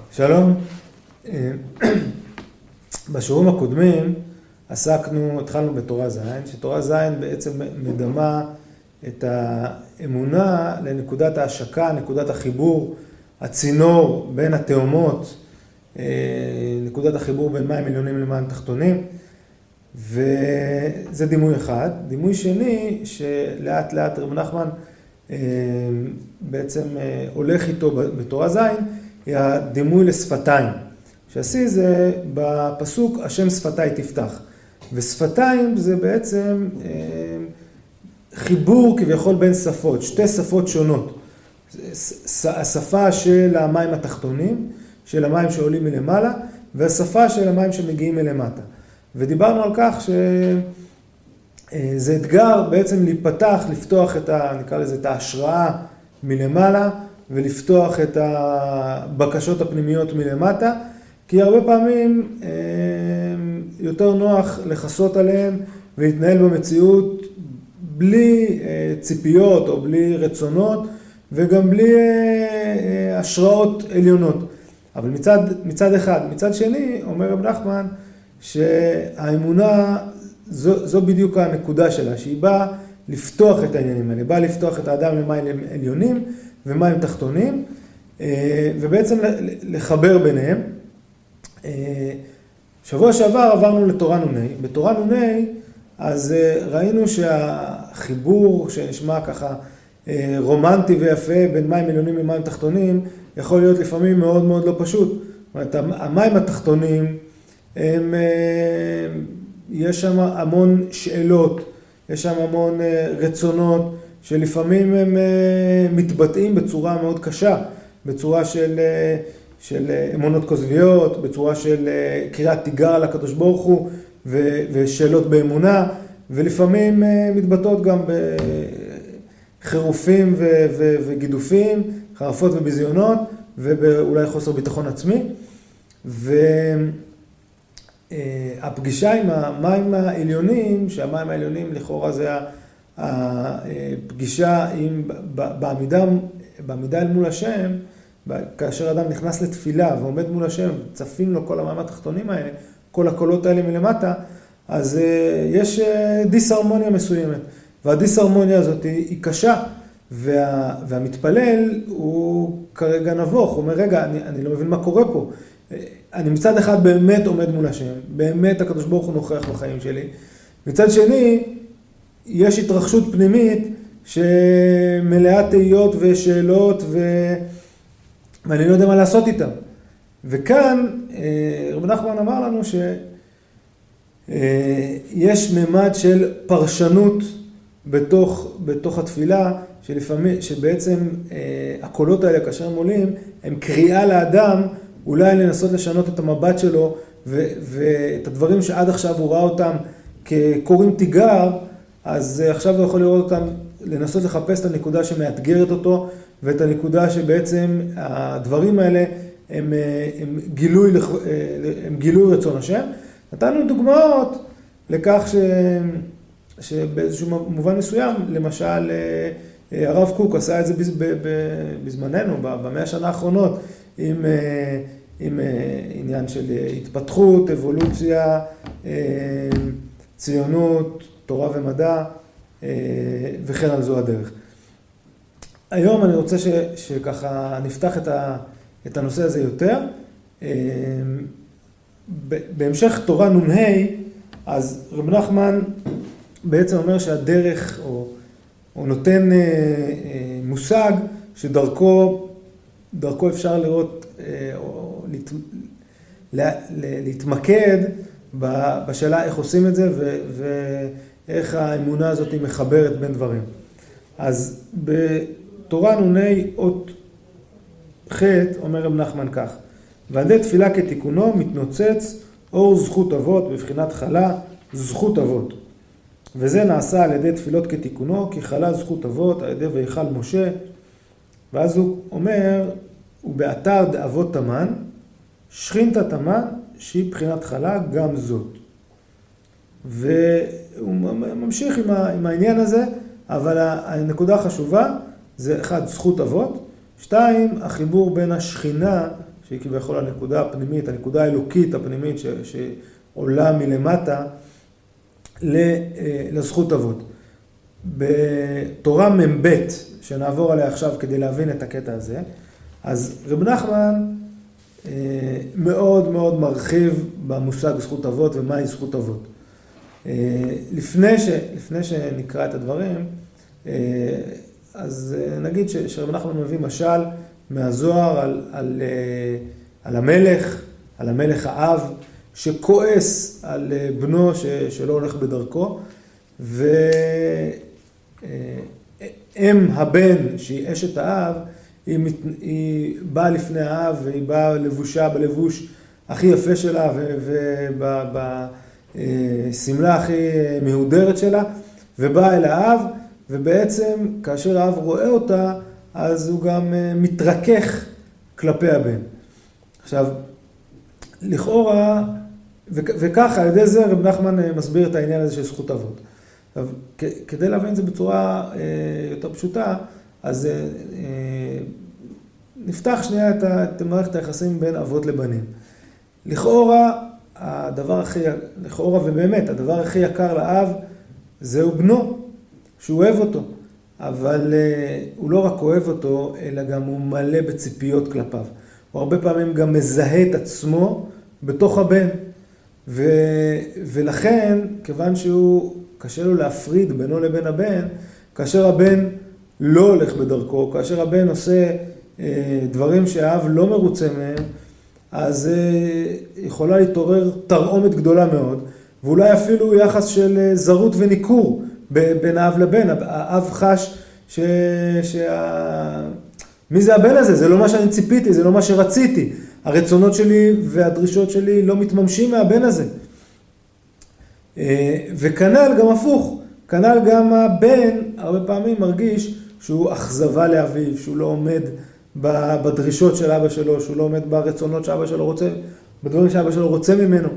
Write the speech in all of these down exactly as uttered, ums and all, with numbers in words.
שלום, בשיעורים הקודמים עסקנו, התחלנו בתורה ז', שתורה ז' בעצם מדמה את האמונה לנקודת ההשקה, נקודת החיבור, הצינור בין התאומות, נקודת החיבור בין מים עליונים למים תחתונים, וזה דימוי אחד. דימוי שני, שלאט לאט רב נחמן בעצם הולך איתו בתורה ז', היא הדימוי לשפתיים. שעשי זה בפסוק השם שפתיי תפתח. ושפתיים זה בעצם חיבור כביכול בין שפות, שתי שפות שונות. השפה של המים התחתונים, של המים שעולים מלמעלה, והשפה של המים שמגיעים מלמטה. ודיברנו על כך שזה אתגר בעצם להיפתח, לפתוח את ה, נקרא לזה, את ההשראה מלמעלה, ולפתוח את הבקשות הפנימיות מלמטה, כי הרבה פעמים יותר נוח לחסות עליהם ולהתנהל במציאות בלי ציפיות או בלי רצונות, וגם בלי השראות עליונות. אבל מצד, מצד אחד, מצד שני, אומר רב נחמן, שהאמונה זו, זו בדיוק הנקודה שלה, שהיא באה לפתוח את העניינים האלה, באה לפתוח את האדם למים עליונים ומים תחתונים, ובעצם לחבר ביניהם. שבוע שעבר עברנו לתורה נוני. בתורה נוני, אז ראינו שהחיבור שנשמע ככה רומנטי ויפה בין מים עליונים למים תחתונים, יכול להיות לפעמים מאוד מאוד לא פשוט. זאת אומרת, המים התחתונים, הם, יש שם המון שאלות, יש שם המון רצונות, שלפעמים הם מתבטאים בצורה מאוד קשה, בצורה של, של אמונות כוזביות, בצורה של קריאת תיגר על הקדוש ברוך הוא, ושאלות באמונה, ולפעמים מתבטאות גם בחירופים וגידופים, חרפות וביזיונות, ואולי חוסר ביטחון עצמי. והפגישה עם המים העליונים, שהמים העליונים לכאורה זה הפגישה עם, בעמידה, בעמידה אל מול השם, כאשר אדם נכנס לתפילה ועומד מול השם, צפים לו כל המים התחתונים האלה, כל הקולות האלה מלמטה, אז יש דיסהרמוניה מסוימת. והדיסהרמוניה הזאת היא קשה, וה, והמתפלל הוא כרגע נבוך, הוא אומר, רגע, אני, אני לא מבין מה קורה פה. אני מצד אחד באמת עומד מול השם, באמת הקדוש ברוך הוא נוכח בחיים שלי. מצד שני, יש התרחשות פנימית שמלאה תהיות ושאלות, ו... ואני לא יודע מה לעשות איתם. וכאן, רב נחמן אמר לנו שיש ממד של פרשנות בתוך, בתוך התפילה, שלפעמים, שבעצם הקולות האלה כאשר הם עולים, הם קריאה לאדם, אולי לנסות לשנות את המבט שלו, ו- ואת הדברים שעד עכשיו הוא ראה אותם כקוראים תיגר, אז עכשיו הוא יכול לראות אותם, לנסות לחפש את הנקודה שמאתגרת אותו, ואת הנקודה שבעצם הדברים האלה הם, הם, גילוי, הם גילוי רצון השם. נתנו דוגמאות לכך ש, שבאיזשהו מובן מסוים, למשל הרב קוק עשה את זה בזמננו, במאה השנה האחרונות, עם, עם עניין של התפתחות, אבולוציה, ציונות, תורה ומדע, וכן על זו הדרך. היום אני רוצה ש, שככה נפתח את, ה, את הנושא הזה יותר. בהמשך תורה נ"ה, אז רב נחמן בעצם אומר שהדרך, או, או נותן מושג שדרכו דרכו אפשר לראות, או להת, לה, להתמקד בשאלה איך עושים את זה, ו, ואיך האמונה הזאת היא מחברת בין דברים. אז בתורה נ"ה אות ח' אומר רב נחמן כך, ועדי תפילה כתיקונו מתנוצץ אור זכות אבות בבחינת חלה זכות אבות. וזה נעשה על ידי תפילות כתיקונו, כי חלה זכות אבות על ידי ויכל משה. ואז הוא אומר, ובאתר דאבות תמן, שכינתא תמן, שהיא בחינת חלה גם זאת. והוא ממשיך עם, ה, עם העניין הזה, אבל הנקודה החשובה זה אחד, זכות אבות, שתיים, החיבור בין השכינה שהיא כביכול הנקודה הפנימית, הנקודה האלוקית הפנימית ש, שעולה מלמטה לזכות אבות. בתורה מ"ב, שנעבור עליה עכשיו כדי להבין את הקטע הזה, אז רב נחמן מאוד מאוד מרחיב במושג זכות אבות ומהי זכות אבות. לפני, ש, לפני שנקרא את הדברים, אז נגיד שרב נחמן מביא משל מהזוהר על, על, על המלך, על המלך האב, שכועס על בנו ש, שלא הולך בדרכו, ואם הבן שהיא אשת האב, היא, מת, היא באה לפני האב והיא באה לבושה בלבוש הכי יפה שלה ובסמלה הכי מהודרת שלה, ובאה אל האב, ובעצם כאשר האב רואה אותה, אז הוא גם מתרכך כלפי הבן. עכשיו, לכאורה, וככה, על ידי זה רב נחמן מסביר את העניין הזה של זכות אבות. עכשיו, כדי להבין את זה בצורה יותר פשוטה, אז נפתח שנייה את מערכת היחסים בין אבות לבנים. לכאורה, הדבר הכי, לכאורה ובאמת, הדבר הכי יקר לאב, זהו בנו, שהוא אוהב אותו. אבל הוא לא רק אוהב אותו, אלא גם הוא מלא בציפיות כלפיו. הוא הרבה פעמים גם מזהה את עצמו בתוך הבן. ו, ולכן, כיוון שהוא קשה לו להפריד בינו לבין הבן, כאשר הבן לא הולך בדרכו, כאשר הבן עושה אה, דברים שהאב לא מרוצה מהם, אז אה, יכולה להתעורר תרעומת גדולה מאוד, ואולי אפילו יחס של זרות וניכור בין האב לבן. האב חש ש... שה... מי זה הבן הזה? זה לא מה שאני ציפיתי, זה לא מה שרציתי. הרצונות שלי והדרישות שלי לא מתממשים מהבן הזה. וכנ"ל גם הפוך, כנ"ל גם הבן הרבה פעמים מרגיש שהוא אכזבה לאביו, שהוא לא עומד בדרישות של אבא שלו, שהוא לא עומד ברצונות שאבא שלו רוצה, בדברים שאבא שלו רוצה ממנו.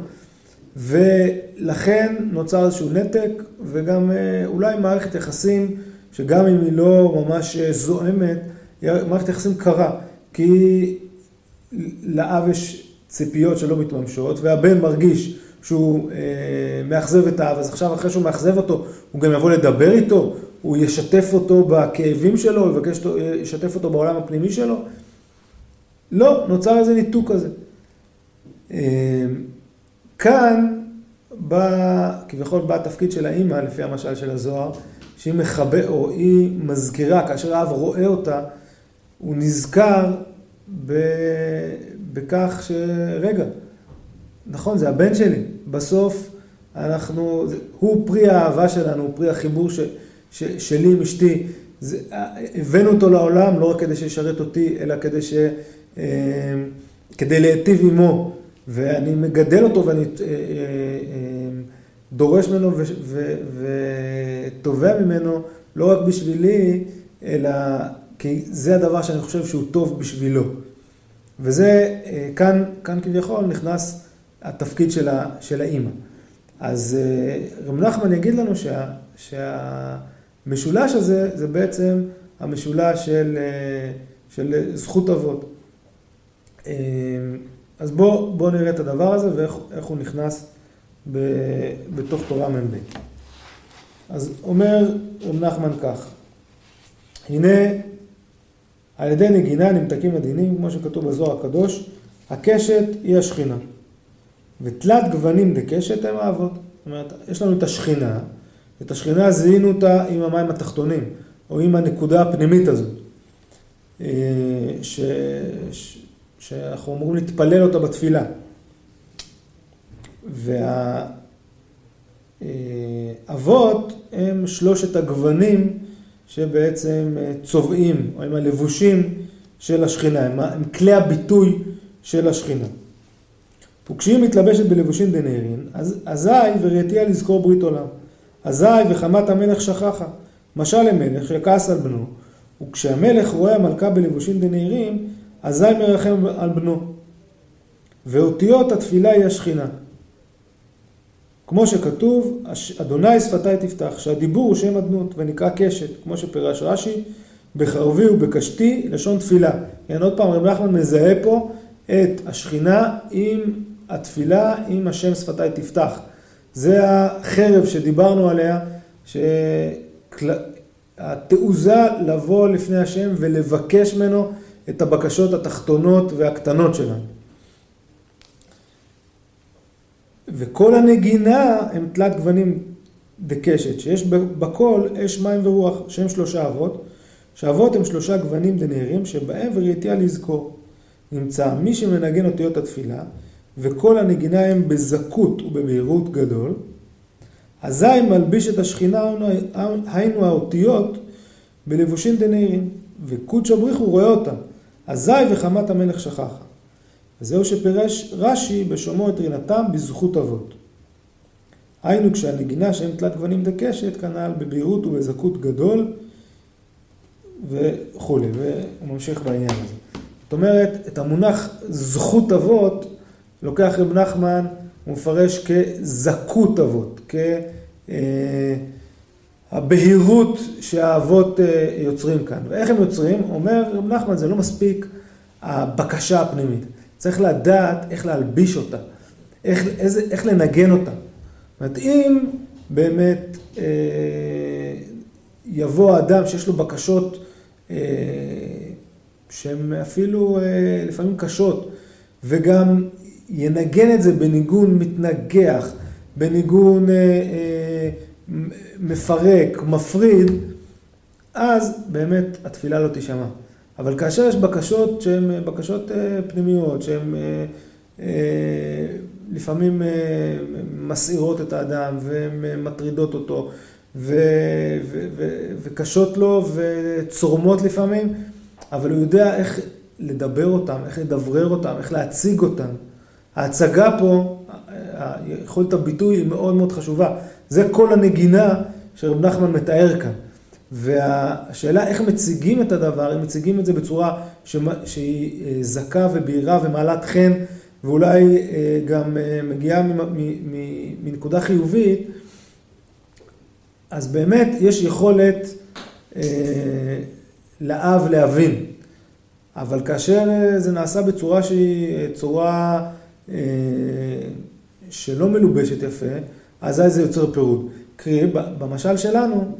ולכן נוצר איזשהו נתק, וגם אולי מערכת יחסים, שגם אם היא לא ממש זועמת, היא מערכת יחסים קרה, כי לאב יש ציפיות שלא מתממשות, והבן מרגיש שהוא אה, מאכזב את האב, אז עכשיו אחרי שהוא מאכזב אותו, הוא גם יבוא לדבר איתו, הוא ישתף אותו בכאבים שלו, הוא יבקש, ישתף אותו בעולם הפנימי שלו. לא, נוצר איזה ניתוק כזה. אה, כאן, בא, כביכול בא התפקיד של האמא, לפי המשל של הזוהר, שהיא מחבא, או היא מזכירה, כאשר האב רואה אותה, הוא נזכר ב... בכך שרגע, נכון, זה הבן שלי. בסוף אנחנו, הוא פרי האהבה שלנו, הוא פרי החיבור ש... ש... שלי עם אשתי. זה... הבאנו אותו לעולם לא רק כדי שישרת אותי, אלא כדי ש... כדי להיטיב עמו. ואני מגדל אותו ואני דורש ממנו ו... ו... ותובע ממנו לא רק בשבילי, אלא כי זה הדבר שאני חושב שהוא טוב בשבילו. וזה, כאן, כאן כביכול נכנס התפקיד של, ה, של האמא. אז רב נחמן יגיד לנו שה, שהמשולש הזה, זה בעצם המשולש של, של זכות אבות. אז בוא, בוא נראה את הדבר הזה ואיך איך הוא נכנס ב, בתוך תורה מ"ב. אז אומר רב נחמן כך, הנה, על ידי נגינה נמתקים הדינים, כמו שכתוב בזוהר הקדוש, הקשת היא השכינה. ותלת גוונים דקשת הם האבות. זאת אומרת, יש לנו את השכינה, את השכינה זיהינו אותה עם המים התחתונים, או עם הנקודה הפנימית הזאת, ש... ש... שאנחנו אמורים להתפלל אותה בתפילה. והאבות הם שלושת הגוונים שבעצם צובעים, או הם הלבושים של השכינה, הם, הם כלי הביטוי של השכינה. וכשהיא מתלבשת בלבושים דנעירין, אז אזי וראיתיה לזכור ברית עולם. אזי וחמת המלך שכחה, משל למלך שכעס על בנו, וכשהמלך רואה המלכה בלבושים דנעירין, אזי מרחם על בנו. ואותיות התפילה היא השכינה. כמו שכתוב, אדוני שפתי תפתח, שהדיבור הוא שם אדנות ונקרא קשת, כמו שפירש רש"י, בחרבי ובקשתי לשון תפילה. يعني עוד פעם, רב נחמן מזהה פה את השכינה עם התפילה, עם השם שפתיי תפתח. זה החרב שדיברנו עליה, שהתעוזה לבוא לפני השם ולבקש ממנו את הבקשות התחתונות והקטנות שלנו. וכל הנגינה הם תלת גוונים דקשת, שיש בכל אש מים ורוח, שהם שלושה אבות, שהאבות הם שלושה גוונים דנהרים, שבהם וראיתיה לזכור. נמצא מי שמנגן אותיות התפילה, וכל הנגינה הם בזכות ובבהירות גדול, אזי מלביש את השכינה, היינו האותיות, בלבושים דנהרים, וקודש הבריך הוא רואה אותם, אזי וחמת המלך שכחה. וזהו שפירש רש"י בשומעו את רינתם בזכות אבות. היינו כשהנגינה שהם תלת גוונים דקשת, כנ"ל בבהירות ובזכות גדול, וכו'. והוא ממשיך בעניין הזה. זאת אומרת, את המונח זכות אבות, לוקח רב נחמן, הוא מפרש כזכות אבות, כהבהירות שהאבות יוצרים כאן. ואיך הם יוצרים? אומר רב נחמן, זה לא מספיק הבקשה הפנימית. צריך לדעת איך להלביש אותה, איך, איזה, איך לנגן אותה. זאת אומרת, אם באמת אה, יבוא האדם שיש לו בקשות אה, שהן אפילו אה, לפעמים קשות, וגם ינגן את זה בניגון מתנגח, בניגון אה, אה, מפרק, מפריד, אז באמת התפילה לא תשמע. אבל כאשר יש בקשות שהן בקשות פנימיות, שהן לפעמים מסעירות את האדם והן מטרידות אותו ו- ו- ו- וקשות לו וצורמות לפעמים, אבל הוא יודע איך לדבר אותם, איך לדברר אותם, איך להציג אותם. ההצגה פה, יכולת הביטוי היא מאוד מאוד חשובה. זה כל הנגינה שרב נחמן מתאר כאן. והשאלה איך מציגים את הדבר, הם מציגים את זה בצורה שהיא זכה ובהירה ומעלת חן, ואולי גם מגיעה מנקודה חיובית, אז באמת יש יכולת לאב להבין. אבל כאשר זה נעשה בצורה שהיא צורה שלא מלובשת יפה, אז זה יוצר פירוד. קרי, במשל שלנו,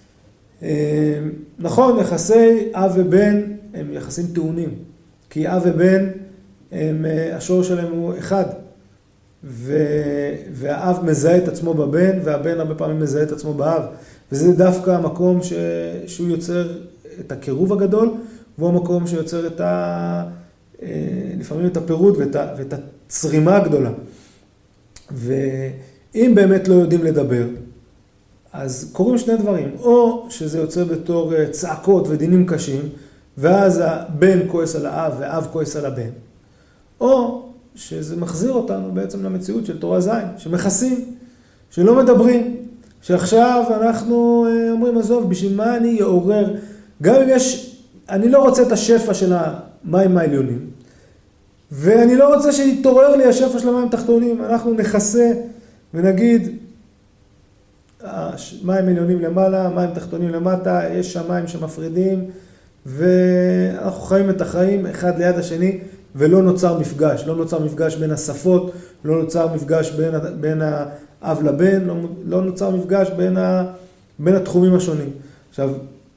נכון, יחסי אב ובן הם יחסים טעונים, כי אב ובן, הם, השור שלהם הוא אחד, ו, והאב מזהה את עצמו בבן, והבן הרבה פעמים מזהה את עצמו באב, וזה דווקא המקום ש, שהוא יוצר את הקירוב הגדול, והוא המקום שיוצר את ה, לפעמים את הפירוד ואת, ה, ואת הצרימה הגדולה. ואם באמת לא יודעים לדבר, אז קורים שני דברים, או שזה יוצא בתור צעקות ודינים קשים, ואז הבן כועס על האב והאב כועס על הבן, או שזה מחזיר אותנו בעצם למציאות של תורה זין, שמכסים, שלא מדברים, שעכשיו אנחנו אומרים, עזוב, בשביל מה אני יעורר, גם אם יש, אני לא רוצה את השפע של המים העליונים, ואני לא רוצה שיתעורר לי השפע של המים התחתונים, אנחנו נכסה ונגיד, מים עליונים למעלה, מים תחתונים למטה, יש שמיים שמפרידים, ואנחנו חיים את החיים אחד ליד השני, ולא נוצר מפגש, לא נוצר מפגש בין השפות, לא נוצר מפגש בין, בין האב לבן, לא, לא נוצר מפגש בין, ה, בין התחומים השונים. עכשיו,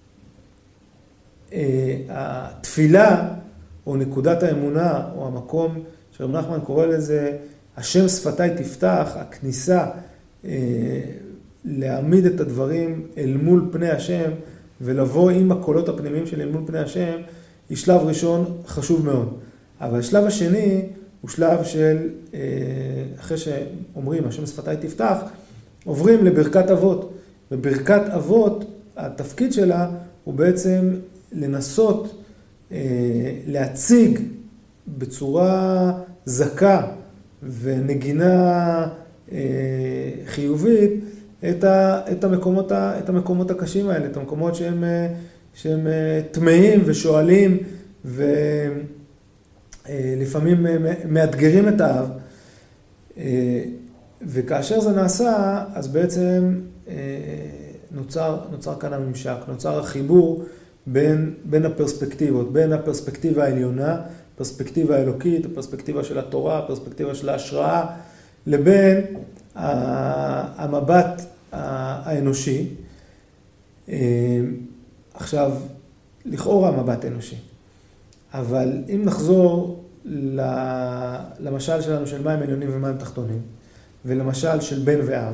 התפילה, או נקודת האמונה, או המקום שרב נחמן קורא לזה, השם שפתיי תפתח, הכניסה, להעמיד את הדברים אל מול פני השם, ולבוא עם הקולות הפנימיים של אל מול פני השם, היא שלב ראשון חשוב מאוד. אבל השלב השני הוא שלב של, אחרי שאומרים, השם שפתיי תפתח, עוברים לברכת אבות. וברכת אבות, התפקיד שלה הוא בעצם לנסות להציג בצורה זכה ונגינה חיובית את, ה, את, המקומות, את המקומות הקשים האלה, את המקומות שהם, שהם תמאים ושואלים ולפעמים מאתגרים את האב. וכאשר זה נעשה, אז בעצם נוצר, נוצר כאן הממשק, נוצר החיבור בין, בין הפרספקטיבות, בין הפרספקטיבה העליונה, הפרספקטיבה האלוקית, הפרספקטיבה של התורה, הפרספקטיבה של ההשראה, לבין המבט האנושי. עכשיו, לכאורה המבט האנושי. אבל אם נחזור למשל שלנו של מים עליונים ומים תחתונים, ולמשל של בן ואב,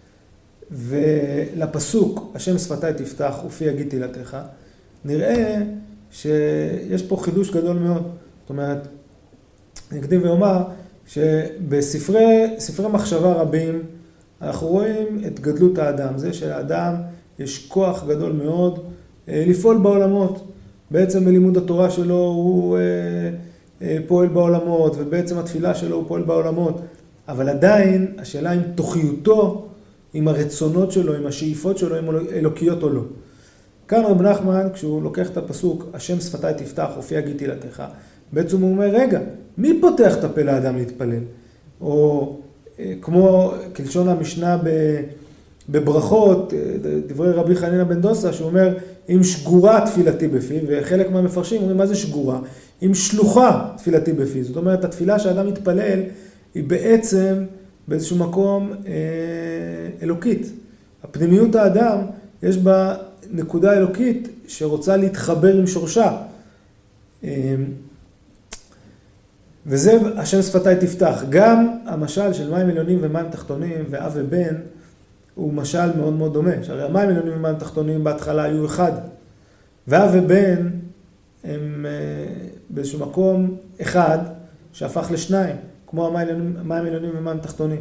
ולפסוק, השם שפתיי תפתח ופי יגיד תהילתך, נראה שיש פה חידוש גדול מאוד. זאת אומרת, אני אקדים ואומר שבספרי ספרי מחשבה רבים, אנחנו רואים את גדלות האדם, זה שלאדם יש כוח גדול מאוד לפעול בעולמות. בעצם בלימוד התורה שלו הוא פועל בעולמות, ובעצם התפילה שלו הוא פועל בעולמות. אבל עדיין השאלה אם תוכיותו, עם הרצונות שלו, עם השאיפות שלו, עם אלוקיות או לא. כאן רב נחמן, כשהוא לוקח את הפסוק, השם שפתיי תפתח ופי יגיד תהילתך, בעצם הוא אומר, רגע, מי פותח את הפה לאדם להתפלל? או כמו כלשון המשנה בברכות, דברי רבי חנינא בן דוסא, שהוא אומר, אם שגורה תפילתי בפי, וחלק מהמפרשים אומרים, מה זה שגורה? אם שלוחה תפילתי בפי. זאת אומרת, התפילה שהאדם מתפלל, היא בעצם באיזשהו מקום אה, אלוקית. הפנימיות האדם, יש בה נקודה אלוקית שרוצה להתחבר עם שורשה. אה, וזה השם שפתיי תפתח. גם המשל של מים עליונים ומים תחתונים ואב ובן, הוא משל מאוד מאוד דומה. שהרי המים עליונים ומים תחתונים בהתחלה היו אחד. ואב ובן הם אה, באיזשהו מקום אחד שהפך לשניים. כמו המים עליונים ומים תחתונים.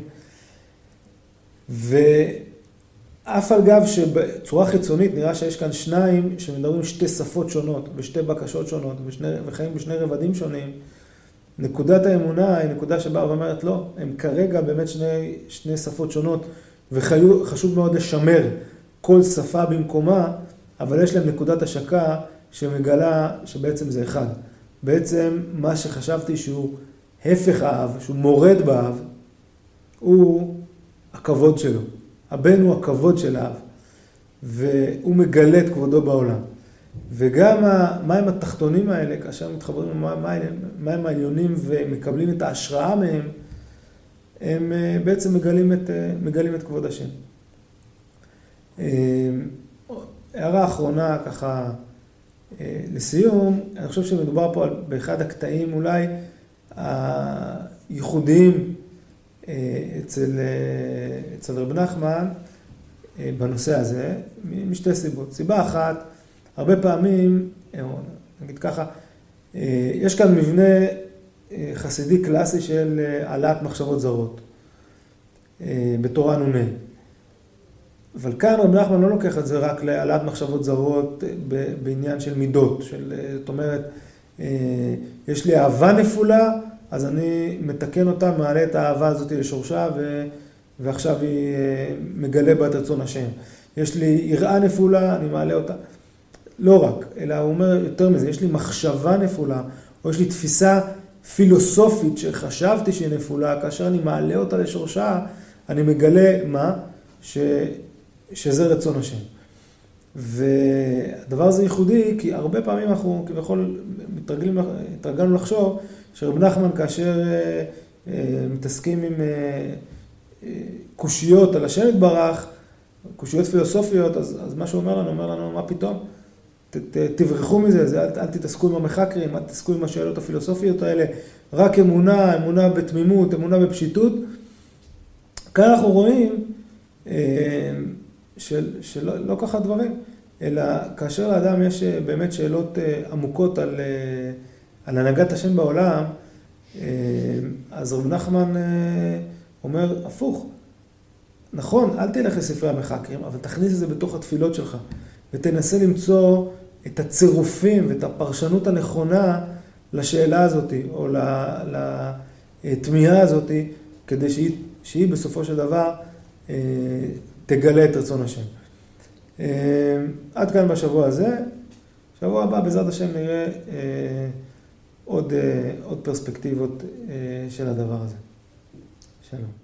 ואף על גב שבצורה חיצונית נראה שיש כאן שניים שמדברים שתי שפות שונות, ושתי בקשות שונות, ושני, וחיים בשני רבדים שונים, נקודת האמונה היא נקודה שבאה ואומרת לא, הם כרגע באמת שני, שני שפות שונות, וחשוב מאוד לשמר כל שפה במקומה, אבל יש להם נקודת השקה שמגלה שבעצם זה אחד. בעצם מה שחשבתי שהוא הפך האב, שהוא מורד באב, הוא הכבוד שלו. הבן הוא הכבוד של האב, והוא מגלה את כבודו בעולם. וגם המים התחתונים האלה, כאשר מתחברים עם המים העליונים ומקבלים את ההשראה מהם, הם בעצם מגלים את, מגלים את כבוד השם. הערה אחרונה ככה לסיום, אני חושב שמדובר פה באחד הקטעים אולי הייחודיים אצל, אצל רב נחמן בנושא הזה, משתי סיבות. סיבה אחת, הרבה פעמים, נגיד ככה, יש כאן מבנה חסידי קלאסי של העלאת מחשבות זרות בתורה נ"ה. אבל כאן רב נחמן לא לוקח את זה רק להעלאת מחשבות זרות בעניין של מידות, של, זאת אומרת, יש לי אהבה נפולה, אז אני מתקן אותה, מעלה את האהבה הזאת לשורשה, ו... ועכשיו היא מגלה בה את רצון השם. יש לי יראה נפולה, אני מעלה אותה. לא רק, אלא הוא אומר יותר מזה, יש לי מחשבה נפולה, או יש לי תפיסה פילוסופית שחשבתי שהיא נפולה, כאשר אני מעלה אותה לשורשה, אני מגלה מה? ש... שזה רצון השם. והדבר הזה ייחודי, כי הרבה פעמים אנחנו כביכול מתרגלים, התרגלנו לחשוב, שרב נחמן כאשר אה, אה, מתעסקים עם אה, אה, קושיות על השם יתברך, קושיות פילוסופיות, אז, אז מה שהוא אומר לנו, אומר לנו, מה פתאום? ת, ת, תברחו מזה, זה, אל, אל תתעסקו עם המחקרים, אל תתעסקו עם השאלות הפילוסופיות האלה, רק אמונה, אמונה בתמימות, אמונה בפשיטות. כאן אנחנו רואים אה, של, שלא לא ככה דברים, אלא כאשר לאדם יש באמת שאלות עמוקות על, על הנהגת השם בעולם, אז רב נחמן אומר, הפוך, נכון, אל תלך לספרי המחקרים, אבל תכניס את זה בתוך התפילות שלך, ותנסה למצוא את הצירופים ואת הפרשנות הנכונה לשאלה הזאת, או לתמיהה הזאת, כדי שהיא, שהיא בסופו של דבר תגלה את רצון השם. עד כאן בשבוע הזה. שבוע הבא בעזרת השם נראה עוד, עוד פרספקטיבות של הדבר הזה. שלום.